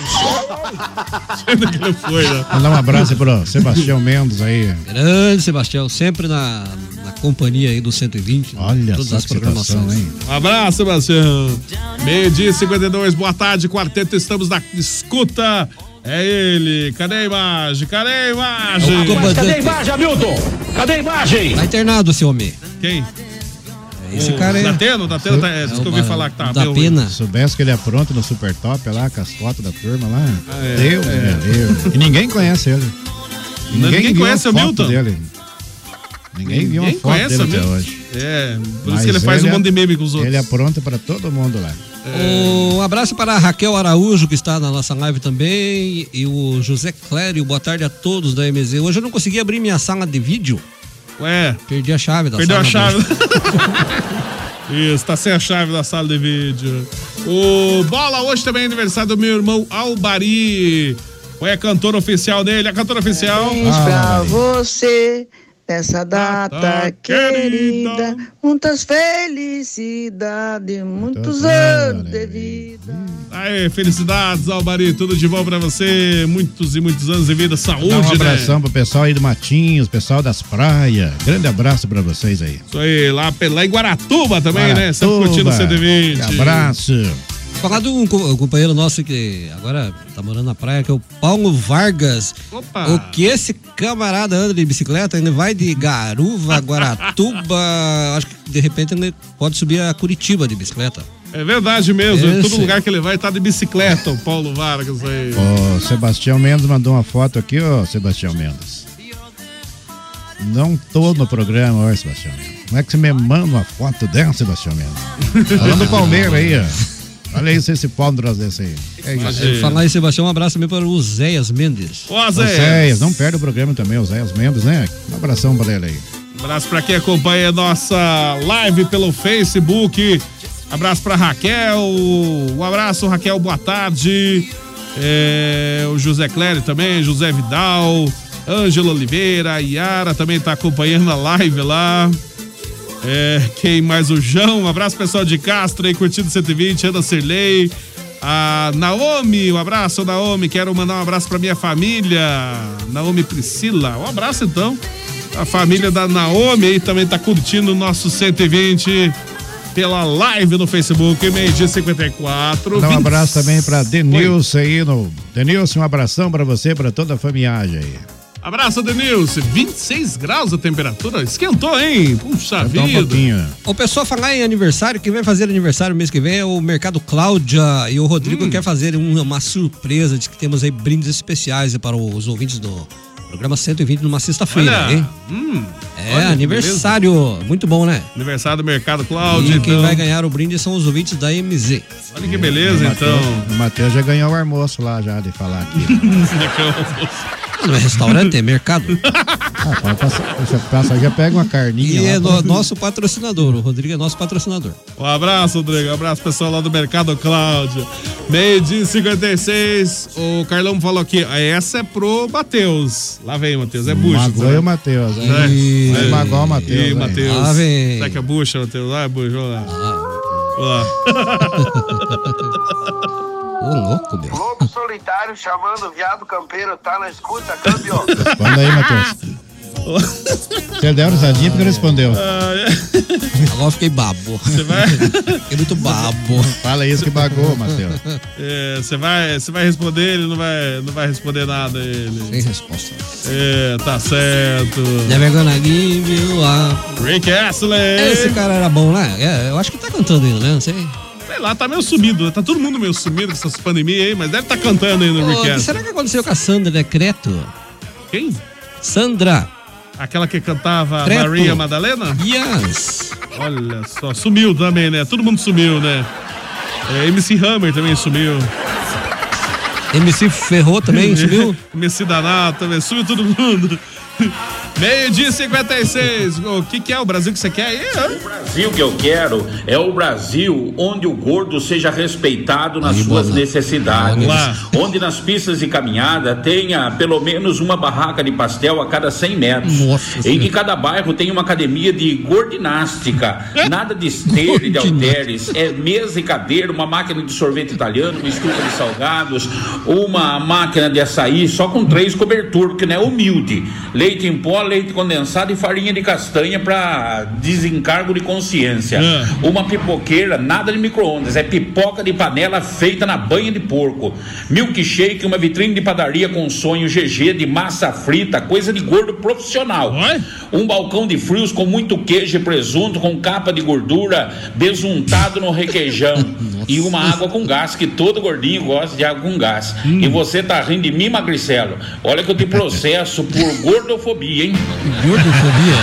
Onde que ele foi, né? Mandar um abraço pro Sebastião Mendes aí. Grande Sebastião, sempre na companhia aí do 120. Olha todas as programações. Hein? Um abraço, Sebastião. Meio-dia 52, boa tarde, quarteto, estamos na escuta. É ele, cadê a imagem? Cadê a imagem, Hamilton? Cadê a imagem? Tá internado, seu homem. Quem? Esse cara é. Da Teno, isso que eu ouvi falar que tá. Da pena. Se soubesse que ele é pronto no Super Top lá, com as fotos da turma lá. Deus. E ninguém conhece ele. Ninguém conhece o Milton? Dele. Ninguém viu uma foto dele até hoje. Por isso que ele faz um monte de meme com os outros. Ele é pronto para todo mundo lá. Um abraço para a Raquel Araújo, que está na nossa live também, e o José Clério. Boa tarde a todos da MZ. Hoje eu não consegui abrir minha sala de vídeo. Perdi a chave da Perdeu sala. Perdeu a chave. Isso, tá sem a chave da sala de vídeo. O Bola, hoje também é aniversário do meu irmão Albari. Qual é a cantora oficial dele? A cantora oficial. Pra você, nessa data querida, muitas felicidades, muitos anos de vida. Aê, felicidades, Albari, tudo de bom pra você, muitos e muitos anos de vida, saúde, um abração pro pessoal aí do Matinhos, pessoal das praias, grande abraço pra vocês aí. Isso aí, lá em Guaratuba também, né, sempre curtindo o 120. Abraço. Falar de um companheiro nosso que agora tá morando na praia, que é o Paulo Vargas. Opa. O que esse camarada anda de bicicleta, ele vai de Garuva, Guaratuba, acho que de repente ele pode subir a Curitiba de bicicleta. É verdade mesmo, em todo lugar que ele vai tá de bicicleta, o Paulo Vargas aí. O Sebastião Mendes mandou uma foto aqui, ó, Sebastião Mendes. Não tô no programa hoje, Sebastião Mendes. Como é que você me manda uma foto dela, Sebastião Mendes? Falando do Palmeiras aí, ó. Olha aí esse Paulo desse aí. Falar aí, Sebastião, um abraço também para o Zéias Mendes. Ô, Zéias, não perde o programa também, o Zéias Mendes, né? Um abração para ele aí. Um abraço para quem acompanha a nossa live pelo Facebook. Abraço para Raquel. Um abraço, Raquel, boa tarde. O José Clério também, José Vidal, Ângela Oliveira, Yara também tá acompanhando a live lá. Quem mais? O João, um abraço pessoal de Castro aí, curtindo 120, Ana Cirlei, a Naomi, um abraço, Naomi, quero mandar um abraço pra minha família, Naomi Priscila, um abraço então, a família da Naomi aí também tá curtindo o nosso 120, pela live no Facebook, meio-dia 54. Dá um abraço também pra Denilson aí Denilson, um abração pra você, pra toda a família aí. Abraço, Denilson. 26 graus a temperatura. Esquentou, hein? Puxa vida. Um pouquinho. O pessoal falar em aniversário, quem vai fazer aniversário mês que vem é o Mercado Cláudia, e o Rodrigo quer fazer uma surpresa de que temos aí brindes especiais para os ouvintes do programa 120 numa sexta-feira, hein? Olha, aniversário. Muito bom, né? Aniversário do Mercado Cláudia. E quem vai ganhar o brinde são os ouvintes da MZ. Olha que beleza, O Matheus já ganhou o almoço lá, já, de falar aqui. Não é restaurante, é mercado. Já pega uma carninha. E é nosso patrocinador, o Rodrigo é nosso patrocinador. Um abraço, Rodrigo. Um abraço, pessoal lá do Mercado Cláudia. Meio-dia 56. O Carlão falou aqui, essa é pro Matheus. Lá vem, Matheus. É bucha. Magoou o Matheus. Magoou o Matheus. Ih, Matheus. Lá vem. Será que é bucha, Matheus? Lá é bucha, vamos lá. Ô, louco, meu. Louco solitário chamando o viado campeiro, tá na escuta, câmbio. Responda aí, Matheus. Você deu risadinha porque respondeu. Agora eu fiquei babo. Você vai? Fiquei muito babo. Fala isso que bagou, Matheus. Você vai responder, ele não vai responder nada. Ele. Sem resposta. Tá certo. Never gonna give you up. Rick Astley. Esse cara era bom, né? Eu acho que tá cantando ainda, né? Não sei. Sei lá, tá meio sumido, né? Tá todo mundo meio sumido com essas pandemias aí, mas deve tá cantando ainda no Rick Astley. Será que aconteceu com a Sandra Decreto? Quem? Sandra. Aquela que cantava Creto. Maria Madalena? Yes. Olha só, sumiu também, né? Todo mundo sumiu, né? MC Hammer também sumiu. MC Ferrou também sumiu? MC Danado também, sumiu todo mundo. Meio-dia 56. O que é o Brasil que você quer aí? O Brasil que eu quero é o Brasil onde o gordo seja respeitado nas suas necessidades. Onde nas pistas de caminhada tenha pelo menos uma barraca de pastel a cada 100 metros. Em que cada bairro tenha uma academia de gordinástica. Nada de esteira e de halteres. É mesa e cadeira, uma máquina de sorvete italiano, uma estufa de salgados, uma máquina de açaí só com 3 coberturas, porque não é humilde. Leite em pó, leite condensado e farinha de castanha para desencargo de consciência. Uma pipoqueira, nada de micro-ondas, é pipoca de panela feita na banha de porco. Milkshake, uma vitrine de padaria com sonho GG de massa frita, coisa de gordo profissional. Um balcão de frios com muito queijo e presunto, com capa de gordura, besuntado no requeijão. E uma água com gás, que todo gordinho gosta de água com gás. E você tá rindo de mim, Magricelo? Olha que eu te processo por gordofobia, hein? Gordofobia?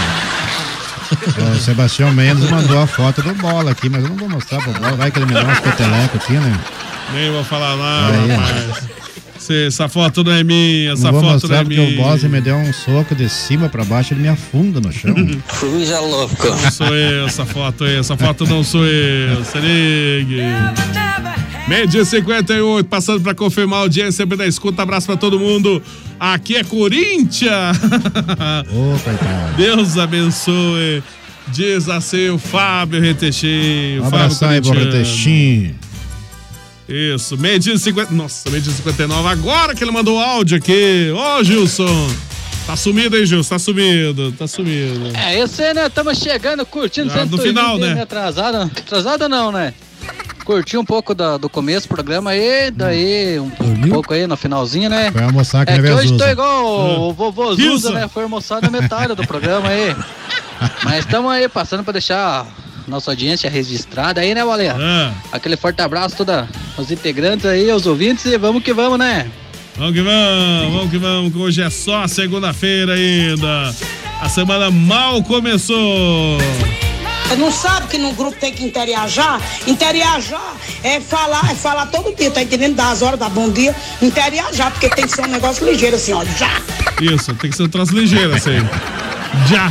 O Sebastião Mendes mandou a foto do Bola aqui, mas eu não vou mostrar pro Bola, vai que ele me dá umas petelecas aqui, né? Nem vou falar nada, rapaz. Essa foto não é minha, essa não vou foto mostrar não é porque minha. o Boss me deu um soco de cima pra baixo, ele me afunda no chão. Fuja louco. Não sou eu essa foto não sou eu, se ligue. Meio-dia 58, passando pra confirmar a audiência sempre da escuta, abraço pra todo mundo. Aqui é Corinthians. Coitado. Deus abençoe. Diz assim o Fábio Retechinho. Um abraço aí pro Retechinho. Isso, meio-dia 50. Nossa, meio-dia 59. Agora que ele mandou o áudio aqui. Ô, Gilson. Tá sumido, hein, Gilson? Tá sumido. Esse aí, né? Estamos chegando, curtindo. Já no final, né? Atrasada não, né? Curti um pouco do começo do programa aí, daí um pouco aí no finalzinho, né? Foi almoçar com que hoje Zuza. tô igual o vovô Zuza, né? Foi almoçar na metade do programa aí. Mas estamos aí passando pra deixar nossa audiência registrada aí, né, Valer? Aquele forte abraço a todos os integrantes aí, os ouvintes, e vamos que vamos, né? Vamos que vamos, que hoje é só segunda-feira ainda. A semana mal começou. Não sabe que no grupo tem que interagir? Interagir é falar todo dia, tá entendendo? Dar as horas, dar bom dia, interagir, porque tem que ser um negócio ligeiro assim, ó, já. Isso, tem que ser um troço ligeiro assim. Já,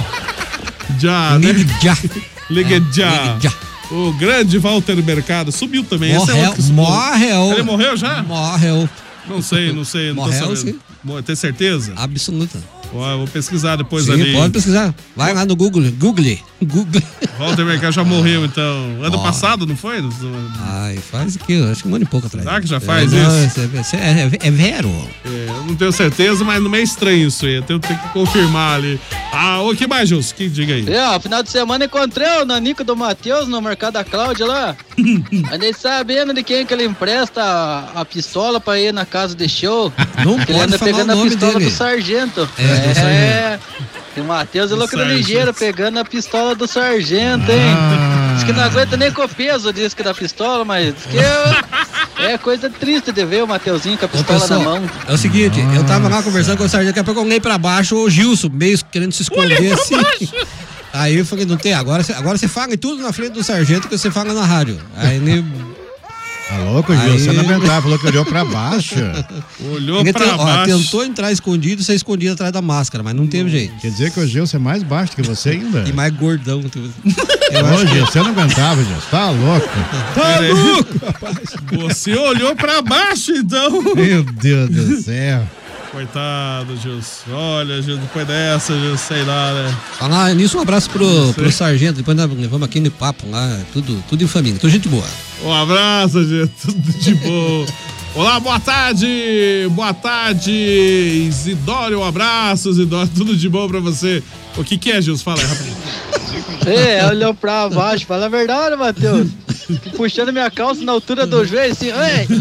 né? Ligue já. O grande Walter Mercado subiu também. Morreu. Ele morreu já? Morreu. Não sei. Não morreu, tô sabendo. Tem certeza? Absoluta. Ó, vou pesquisar depois. Sim, ali. Pode pesquisar. Vai lá no Google. Walter Mercado já morreu, então. Ano passado, não foi? Ai, faz aqui, acho que um ano e pouco atrás. Será que já faz isso? É vero. Eu não tenho certeza, mas não é estranho isso aí. Eu tenho que confirmar ali. O que mais, Jus? Que diga aí. Final de semana encontrei o Nanico do Matheus no mercado da Cláudia lá. Andei sabendo de quem que ele empresta a pistola pra ir na casa de show. Não que pode ele anda falar pegando o nome a pistola dele. do sargento. Do sargento. E o Matheus é louco ligeiro, pegando a pistola do sargento, hein? Diz que não aguenta nem com o peso, diz que da pistola, mas diz que é coisa triste de ver o Mateuzinho com a pistola pessoal, na mão. É o seguinte, eu tava lá conversando com o sargento, daqui a pouco eu olhei pra baixo, o Gilson, meio querendo se esconder assim. Aí eu falei, não tem, agora você fala tudo na frente do sargento que você fala na rádio. Aí ele... Tá louco, Gil? Você não aguentava, falou que olhou pra baixo. Olhou pra baixo. Tentou entrar escondido, você escondido atrás da máscara, mas não teve jeito. Quer dizer que o Gil é mais baixo que você ainda? E mais gordão. Ô, Gil, você não aguentava, Gil. Tá louco. Tá louco, rapaz. Você olhou pra baixo, então. Meu Deus do céu. Coitado, Gilson. Olha, Gilson, depois dessa, Gilson, sei lá, né? Falar nisso, um abraço pro sargento. Depois nós levamos aqui no papo lá, tudo em família. Tudo gente boa. Um abraço, gente. Tudo de boa. Olá, boa tarde. Boa tarde, Isidório. Um abraço, Isidório. Tudo de bom pra você. O que é, Gilson? Fala aí, rapidinho. Olhou pra baixo, fala a verdade, Matheus. Puxando minha calça na altura do joelho, assim,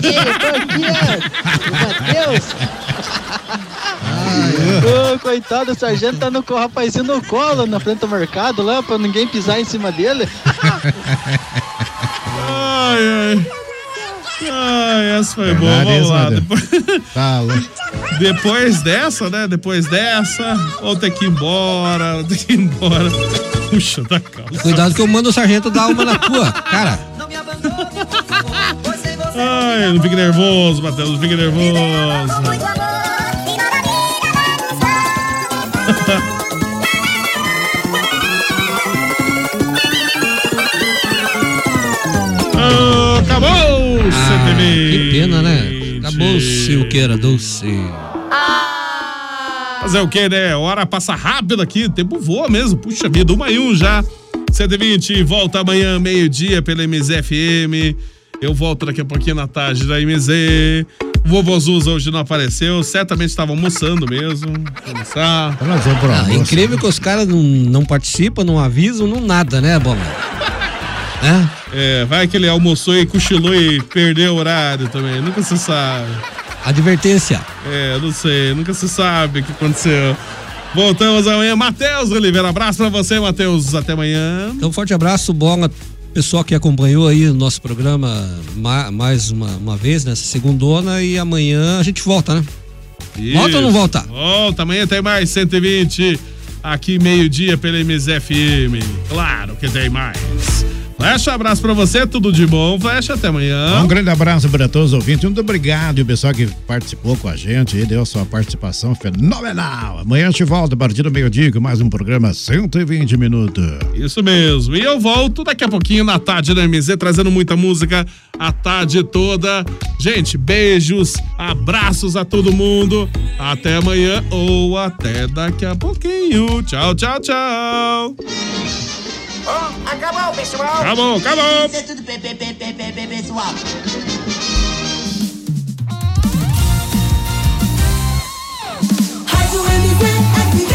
Matheus. Coitado, o sargento tá com o rapazinho no colo na frente do mercado lá, pra ninguém pisar em cima dele. Essa foi boa, vamos lá. Depois dessa, né? Vou ter que ir embora, Puxa da calça. Cuidado que eu mando o sargento dar uma na tua, cara. Não fique nervoso, Matheus, não fique nervoso. Acabou! Que pena, né? Acabou-se o que era doce. Fazer o que, né? Hora passa rápido aqui, o tempo voa mesmo. Puxa vida, 1 já. 120, volta amanhã, meio-dia, pela MZFM. Eu volto daqui a pouquinho na tarde da MZ. Vovô Zuza hoje não apareceu, certamente estava almoçando mesmo. É incrível que os caras não participam, não avisam, não nada, né, Bola? Vai que ele almoçou e cochilou e perdeu o horário também, nunca se sabe. Advertência. Não sei, nunca se sabe o que aconteceu. Voltamos amanhã, Matheus Oliveira, abraço pra você, Matheus, até amanhã. Então, forte abraço, Bola, pessoal que acompanhou aí o nosso programa mais uma vez, nessa segundona, e amanhã a gente volta, né? Isso. Volta ou não volta? Volta, amanhã tem mais 120, aqui meio-dia pela MZFM, claro que tem mais. Flecha, abraço pra você, tudo de bom, Flecha, até amanhã. Um grande abraço para todos os ouvintes, muito obrigado e o pessoal que participou com a gente e deu sua participação fenomenal. Amanhã a gente volta a partir do meio-dia com mais um programa 120 minutos. Isso mesmo, e eu volto daqui a pouquinho na tarde da MZ, trazendo muita música a tarde toda. Gente, beijos, abraços a todo mundo, até amanhã ou até daqui a pouquinho. Tchau, tchau, tchau. Acabou, pessoal. Acabou. Isso é tudo, pessoal. Rádio MZ.